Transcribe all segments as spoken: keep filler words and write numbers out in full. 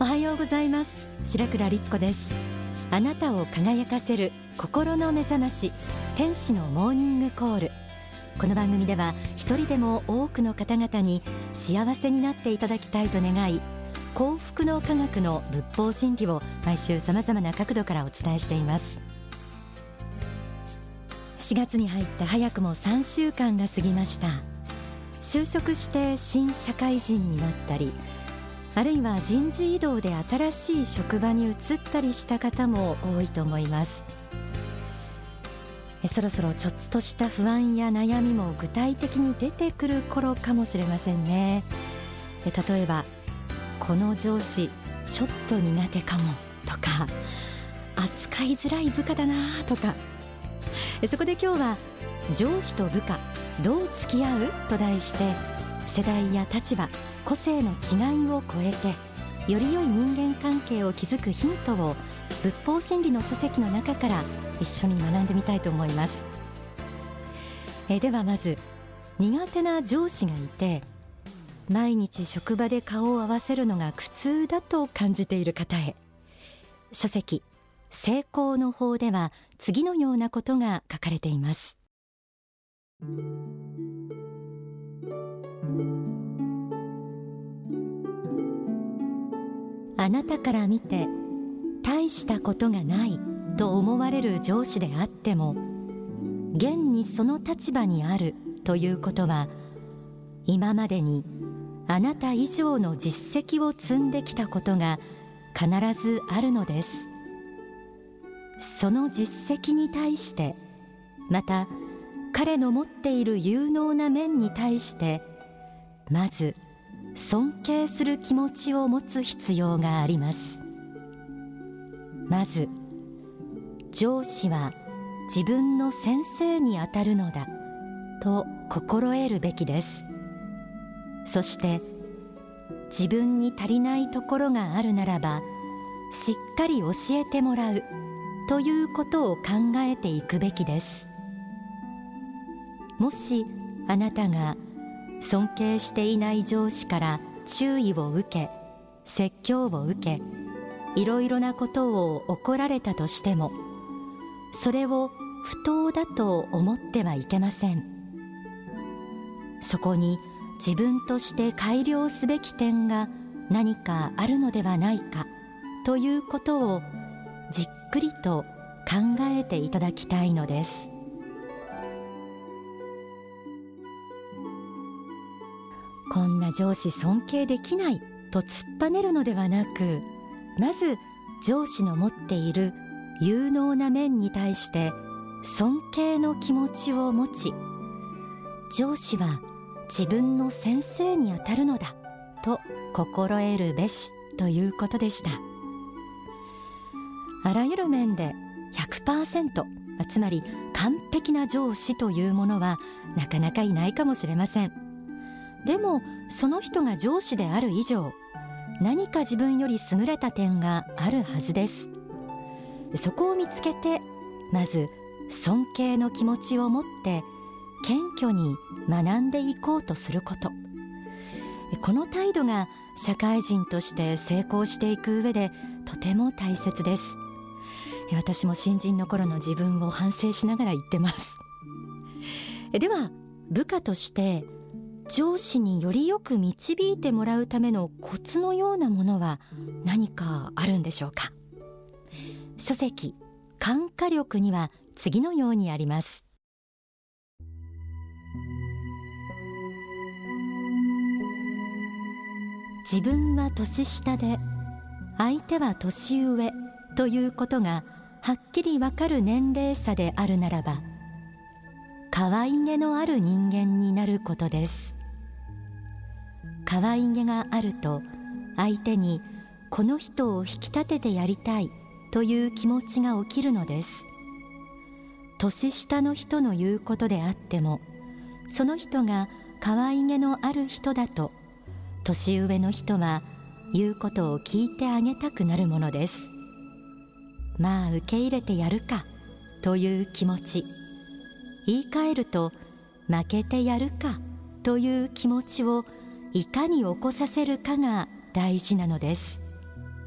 おはようございます。白倉律子です。あなたを輝かせる心の目覚まし、天使のモーニングコール。この番組では一人でも多くの方々に幸せになっていただきたいと願い、幸福の科学の仏法真理を毎週さまざまな角度からお伝えしています。しがつに入って早くもさんしゅうかんが過ぎました。就職して新社会人になったり、あるいは人事異動で新しい職場に移ったりした方も多いと思います。そろそろちょっとした不安や悩みも具体的に出てくる頃かもしれませんね。例えば、この上司ちょっと苦手かもとか、扱いづらい部下だなとか。そこで今日は上司と部下どう付き合うと題して、世代や立場、個性の違いを超えてより良い人間関係を築くヒントを仏法真理の書籍の中から一緒に学んでみたいと思います。えではまず、苦手な上司がいて毎日職場で顔を合わせるのが苦痛だと感じている方へ、書籍成功の法では次のようなことが書かれています。あなたから見て大したことがないと思われる上司であっても、現にその立場にあるということは、今までにあなた以上の実績を積んできたことが必ずあるのです。その実績に対して、また彼の持っている有能な面に対して、まず尊敬する気持ちを持つ必要があります。まず、上司は自分の先生にあたるのだと心得るべきです。そして自分に足りないところがあるならば、しっかり教えてもらうということを考えていくべきです。もしあなたが尊敬していない上司から注意を受け、説教を受け、いろいろなことを怒られたとしても、それを不当だと思ってはいけません。そこに自分として改良すべき点が何かあるのではないかということをじっくりと考えていただきたいのです。こんな上司尊敬できないと突っぱねるのではなく、まず上司の持っている有能な面に対して尊敬の気持ちを持ち、上司は自分の先生にあたるのだと心得るべしということでした。あらゆる面で ひゃくパーセント、つまり完璧な上司というものはなかなかいないかもしれません。でもその人が上司である以上、何か自分より優れた点があるはずです。そこを見つけて、まず尊敬の気持ちを持って謙虚に学んでいこうとすること、この態度が社会人として成功していく上でとても大切です。私も新人の頃の自分を反省しながら言ってます。では、部下として上司によりよく導いてもらうためのコツのようなものは何かあるんでしょうか。書籍感化力には次のようにあります。自分は年下で相手は年上ということがはっきりわかる年齢差であるならば、可愛げのある人間になることです。可愛げがあると、相手にこの人を引き立ててやりたいという気持ちが起きるのです。年下の人の言うことであっても、その人が可愛げのある人だと、年上の人は言うことを聞いてあげたくなるものです。まあ受け入れてやるかという気持ち、言い換えると負けてやるかという気持ちをいかに起こさせるかが大事なのです。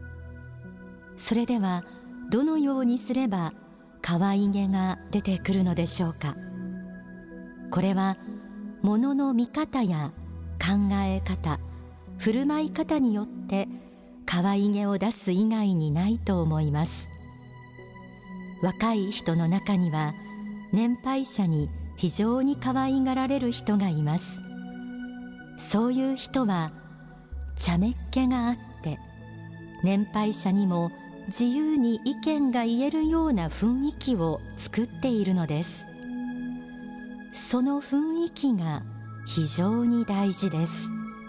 それではどのようにすれば可愛げが出てくるのでしょうか。これは物の見方や考え方、振る舞い方によって可愛げを出す以外にないと思います。若い人の中には年配者に非常に可愛がられる人がいます。そういう人は茶目っ気があって年配者にも自由に意見が言えるような雰囲気を作っているのです。その雰囲気が非常に大事です。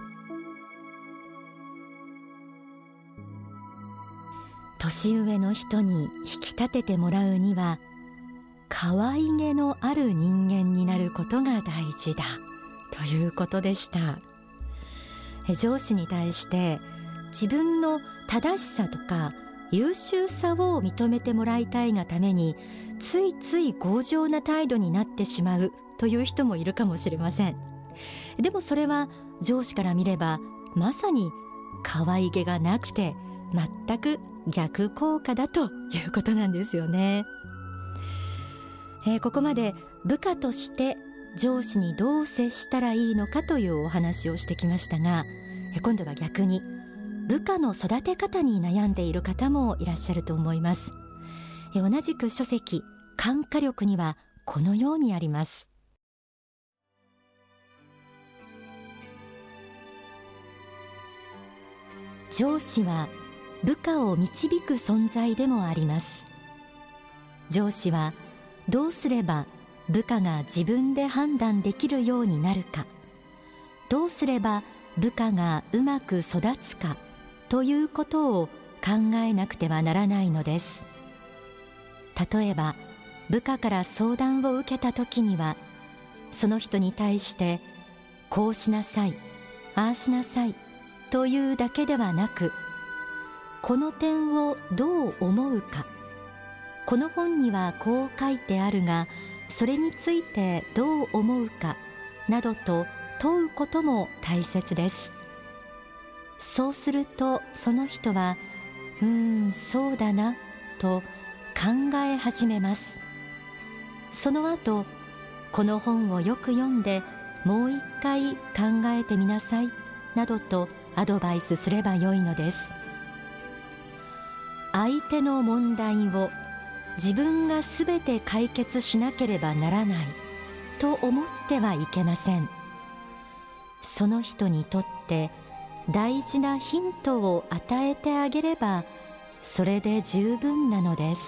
年上の人に引き立ててもらうには可愛げのある人間になることが大事だということでした。上司に対して自分の正しさとか優秀さを認めてもらいたいがためについつい強情な態度になってしまうという人もいるかもしれません。でもそれは上司から見ればまさに可愛げがなくて全く逆効果だということなんですよね。えー、ここまで部下として上司にどう接したらいいのかというお話をしてきましたが、えー、今度は逆に部下の育て方に悩んでいる方もいらっしゃると思います。えー、同じく書籍感化力にはこのようにあります。上司は部下を導く存在でもあります。上司はどうすれば部下が自分で判断できるようになるか、どうすれば部下がうまく育つかということを考えなくてはならないのです。例えば部下から相談を受けたときには、その人に対してこうしなさい、ああしなさいというだけではなく、この点をどう思うか、この本にはこう書いてあるがそれについてどう思うかなどと問うことも大切です。そうするとその人はうーんそうだなと考え始めます。その後、この本をよく読んでもう一回考えてみなさいなどとアドバイスすればよいのです。相手の問題を自分がすべて解決しなければならないと思ってはいけません。その人にとって大事なヒントを与えてあげればそれで十分なのです。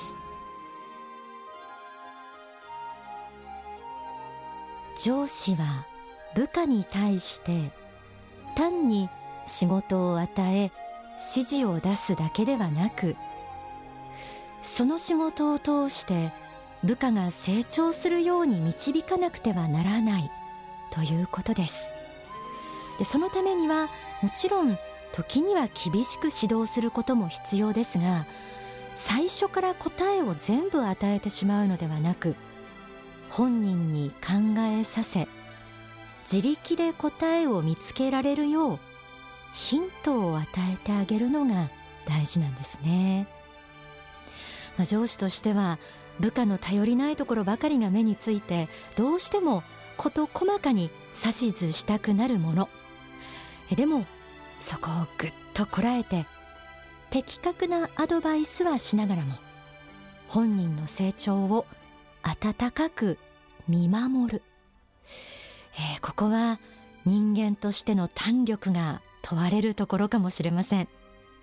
上司は部下に対して単に仕事を与え指示を出すだけではなく、その仕事を通して部下が成長するように導かなくてはならないということです。で、そのためにはもちろん時には厳しく指導することも必要ですが、最初から答えを全部与えてしまうのではなく、本人に考えさせ自力で答えを見つけられるようヒントを与えてあげるのが大事なんですね。まあ、上司としては部下の頼りないところばかりが目についてどうしても事細かに指図したくなるもの。でもそこをぐっとこらえて的確なアドバイスはしながらも本人の成長を温かく見守る、えー、ここは人間としての胆力が問われるところかもしれません。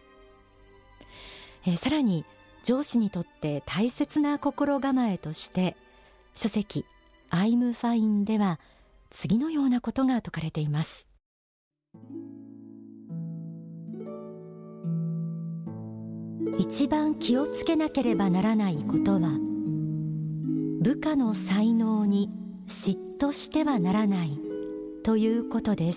えー、さらに上司にとって大切な心構えとして書籍 I'm Fine では次のようなことが説かれています。一番気をつけなければならないことは、部下の才能に嫉妬してはならないということです。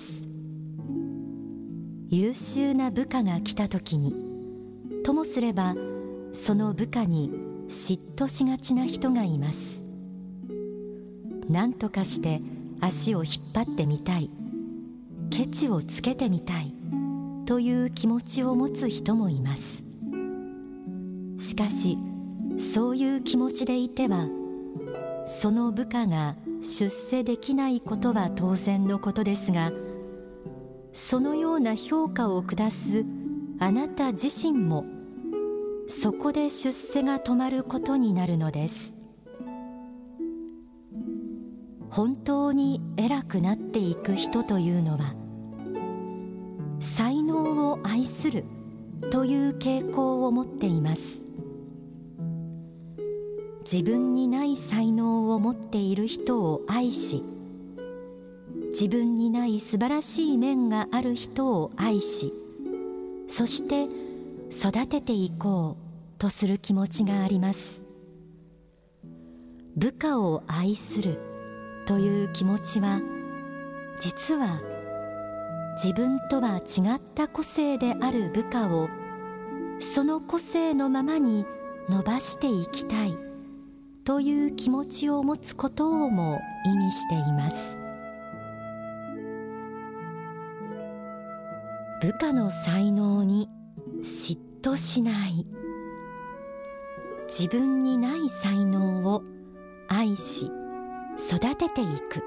優秀な部下が来たときに、ともすればその部下に嫉妬しがちな人がいます。何とかして足を引っ張ってみたい、ケチをつけてみたいという気持ちを持つ人もいます。 しかしそういう気持ちでいては、その部下が出世できないことは当然のことですが、そのような評価を下すあなた自身もそこで出世が止まることになるのです。本当に偉くなっていく人というのは、才能を愛するという傾向を持っています。自分にない才能を持っている人を愛し、自分にない素晴らしい面がある人を愛し、そして育てていこうとする気持ちがあります。部下を愛するという気持ちは、実は自分とは違った個性である部下をその個性のままに伸ばしていきたいという気持ちを持つことをも意味しています。部下の才能に嫉妬しない、自分にない才能を愛し育てていく、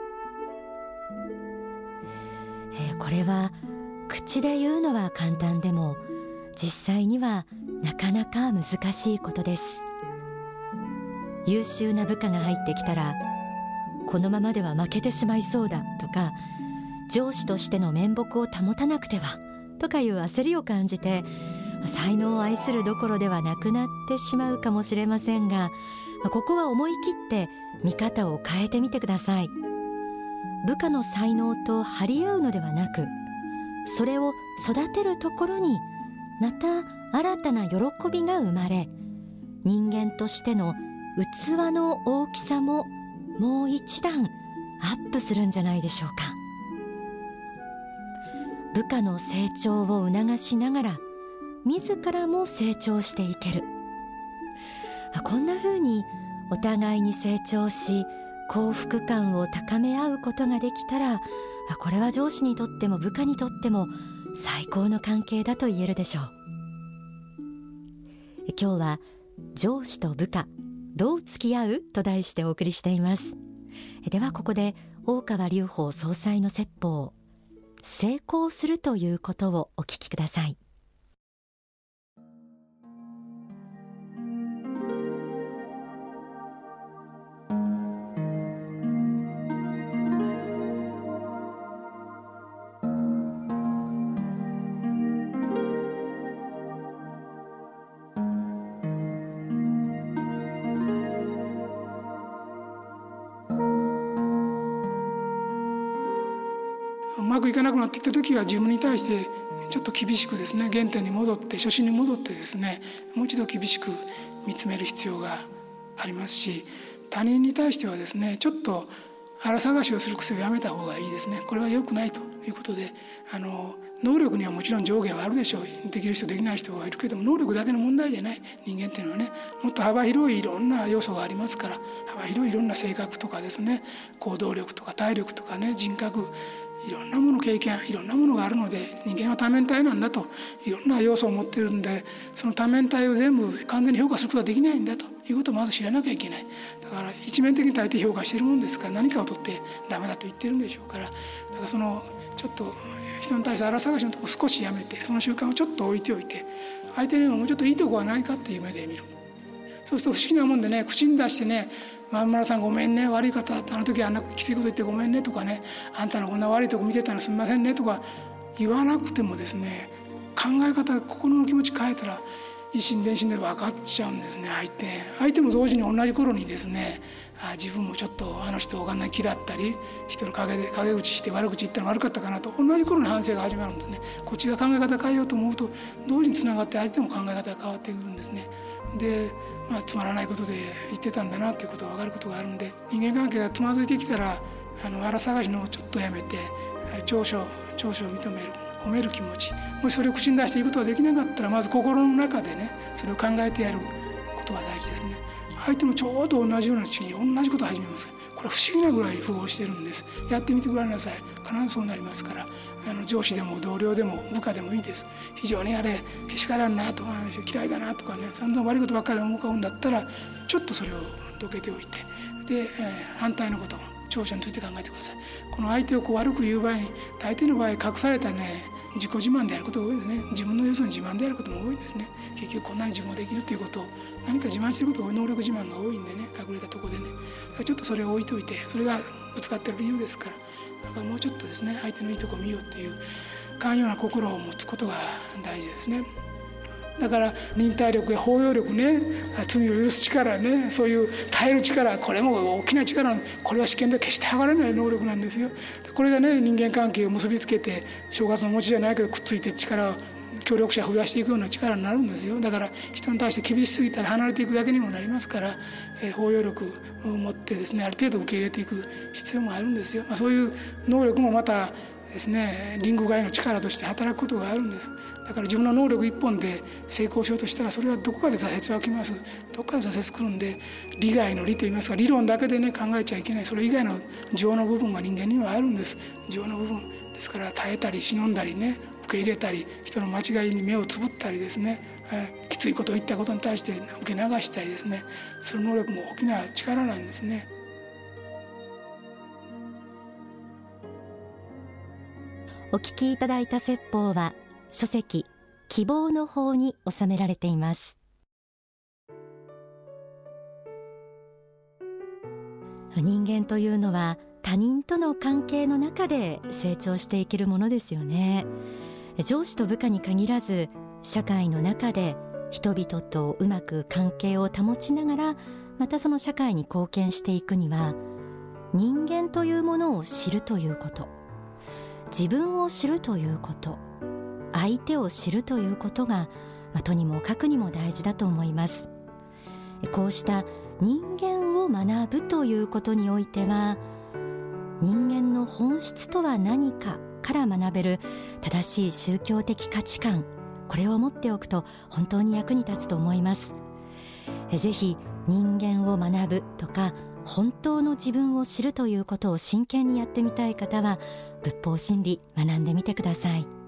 えー、これは口で言うのは簡単でも実際にはなかなか難しいことです。優秀な部下が入ってきたら、このままでは負けてしまいそうだとか、上司としての面目を保たなくてはとかいう焦りを感じて、才能を愛するどころではなくなってしまうかもしれませんが、ここは思い切って見方を変えてみてください。部下の才能と張り合うのではなく、それを育てるところにまた新たな喜びが生まれ、人間としての器の大きさももう一段アップするんじゃないでしょうか。部下の成長を促しながら自らも成長していける、こんな風にお互いに成長し幸福感を高め合うことができたら、これは上司にとっても部下にとっても最高の関係だと言えるでしょう。今日は上司と部下どう付き合うと題してお送りしています。ではここで大川隆法総裁の説法、成功するということをお聞きください。 うまくいかなくなってきた時は自分に対してちょっと厳しくですね、原点に戻って初心に戻ってですね、もう一度厳しく見つめる必要がありますし、他人に対してはですね、ちょっと腹探しをする癖をやめた方がいいですね。これは良くないということで、あの能力にはもちろん上限はあるでしょう。できる人できない人がいるけども、能力だけの問題じゃない。人間っていうのはね、もっと幅広いいろんな要素がありますから、幅広いいろんな性格とかですね、行動力とか体力とかね、人格、いろんなもの経験、いろんなものがあるので、人間は多面体なんだと、いろんな要素を持っているんで、その多面体を全部完全に評価することはできないんだということをまず知らなきゃいけない。だから一面的に大抵評価しているもんですから、何かを取ってダメだと言ってるんでしょうから、だからそのちょっと人に対して腹探しのところを少しやめて、その習慣をちょっと置いておいて、相手にももうちょっといいとこはないかっていう目で見る。そうすると不思議なもんでね、口に出してね、まんまるさんごめんね、悪い方だった、あの時あんなきついこと言ってごめんねとかね、あんたのこんな悪いとこ見てたのすみませんねとか言わなくてもですね、考え方、心の気持ち変えたら一心伝心で分かっちゃうんですね。相手相手も同時に同じ頃にですね、あ自分もちょっとあの人をがんなに嫌ったり、人の陰で陰口して悪口言ったの悪かったかなと、同じ頃に反省が始まるんですね。こっちが考え方変えようと思うと同時につながって相手も考え方が変わってくるんですね。で、まあ、つまらないことで言ってたんだなということが分かることがあるんで、人間関係がつまずいてきたら、あの腹探しのをちょっとやめて、長所長所を認める、褒める気持ち、もしそれを口に出していくことができなかったら、まず心の中でね、それを考えてやることが大事ですね。相手もちょうど同じような時期に同じことを始めます。 これは不思議なぐらい符合してるんです。やってみてごらんなさい。必ずそうなりますから、あの上司でも同僚でも部下でもいいです。非常にあれけしからんなとか嫌いだなとかね、散々悪いことばっかり思ううんだったら、ちょっとそれをどけておいて、で、えー、反対のこと長所について考えてください。この相手をこう悪く言う場合に、大抵の場合隠されたね自己自慢であることが多いですね。自分の要素に自慢であることも多いですね。結局こんなに自分ができるということを何か自慢していることが能力自慢が多いんでね、隠れたところでね、ちょっとそれを置いといて、それがぶつかっている理由ですから、だからもうちょっとですね、相手のいいところを見ようという寛容な心を持つことが大事ですね。だから忍耐力や包容力ね、罪を許す力ね、そういう耐える力、これも大きな力、これは試験で決して測れない能力なんですよ。これがね、人間関係を結びつけて、正月の餅じゃないけどくっついて力を協力者を増やしていくような力になるんですよ。だから人に対して厳しすぎたら離れていくだけにもなりますから、えー、包容力を持ってですね、ある程度受け入れていく必要もあるんですよ。まあ、そういう能力もまたですね、リング外の力として働くことがあるんです。だから自分の能力一本で成功しようとしたら、それはどこかで挫折はきます。どこかで挫折来るんで、理外の理といいますか、理論だけでね考えちゃいけない。それ以外の情の部分が人間にはあるんです。情の部分ですから、耐えたり忍んだりね、受け入れたり、人の間違いに目をつぶったりですね、えー、きついことを言ったことに対して受け流したりですね、その能力も大きな力なんですね。 お聞きいただいた説法は書籍希望の法に収められています。人間というのは他人との関係の中で成長していけるものですよね。上司と部下に限らず、社会の中で人々とうまく関係を保ちながら、またその社会に貢献していくには、人間というものを知るということ、自分を知るということ、相手を知るということが、まあ、とにもかくにも大事だと思います。こうした人間を学ぶということにおいては、人間の本質とは何かから学べる正しい宗教的価値観、これを持っておくと本当に役に立つと思います。ぜひ人間を学ぶとか、本当の自分を知るということを真剣にやってみたい方は、仏法真理学んでみてください。